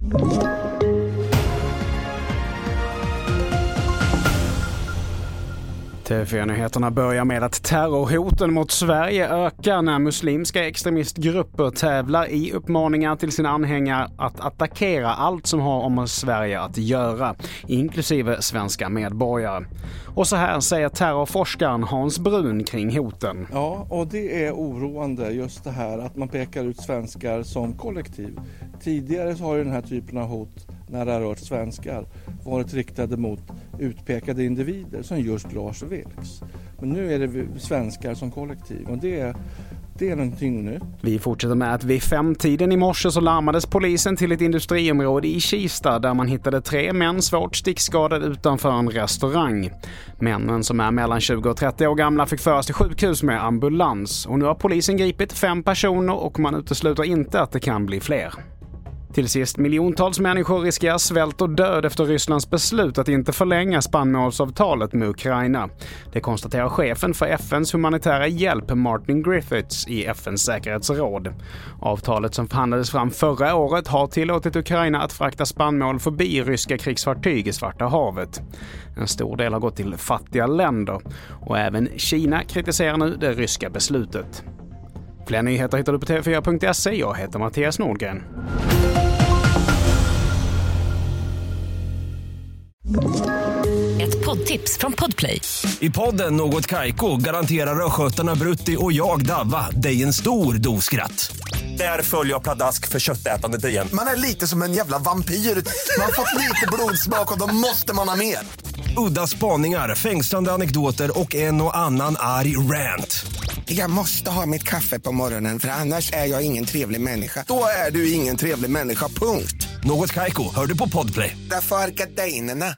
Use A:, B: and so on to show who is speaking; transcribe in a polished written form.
A: TV4-nyheterna börjar med att terrorhoten mot Sverige ökar när muslimska extremistgrupper tävlar i uppmaningar till sina anhängare att attackera allt som har med Sverige att göra, inklusive svenska medborgare. Och så här säger terrorforskaren Hans Brun kring hoten.
B: Ja, och det är oroande just det här att man pekar ut svenskar som kollektiv. Tidigare så har ju den här typen av hot när det har rört svenskar varit riktade mot utpekade individer som just Lars Vilks. Men nu är det svenskar som kollektiv och det är någonting nytt.
A: Vi fortsätter med att vid 5-tiden i morse så larmades polisen till ett industriområde i Kista där man hittade 3 män svårt stickskadade utanför en restaurang. Männen som är mellan 20 och 30 år gamla fick föras till sjukhus med ambulans och nu har polisen gripit 5 personer och man utesluter inte att det kan bli fler. Till sist, miljontals människor riskerar svält och död efter Rysslands beslut att inte förlänga spannmålsavtalet med Ukraina. Det konstaterar chefen för FNs humanitära hjälp Martin Griffiths i FNs säkerhetsråd. Avtalet som förhandlades fram förra året har tillåtit Ukraina att frakta spannmål förbi ryska krigsfartyg i Svarta havet. En stor del har gått till fattiga länder och även Kina kritiserar nu det ryska beslutet. Fler nyheter hittar du på tv4.se. Jag heter Mattias Nordgren.
C: Ett poddtips från Podplay.
D: I podden Något Kaiko garanterar röskötarna Brutti och jag Davva dig en stor doskratt. Där följer jag pladask för köttätandet igen.
E: Man är lite som en jävla vampyr. Man har fått lite blodsmak och då måste man ha mer.
D: Udda spaningar, fängslande anekdoter och en och annan arg rant.
E: Jag måste ha mitt kaffe på morgonen för annars är jag ingen trevlig människa. Då är du ingen trevlig människa, punkt.
D: Något Kaiko, hör du på Podplay.
E: Därför är gardinerna.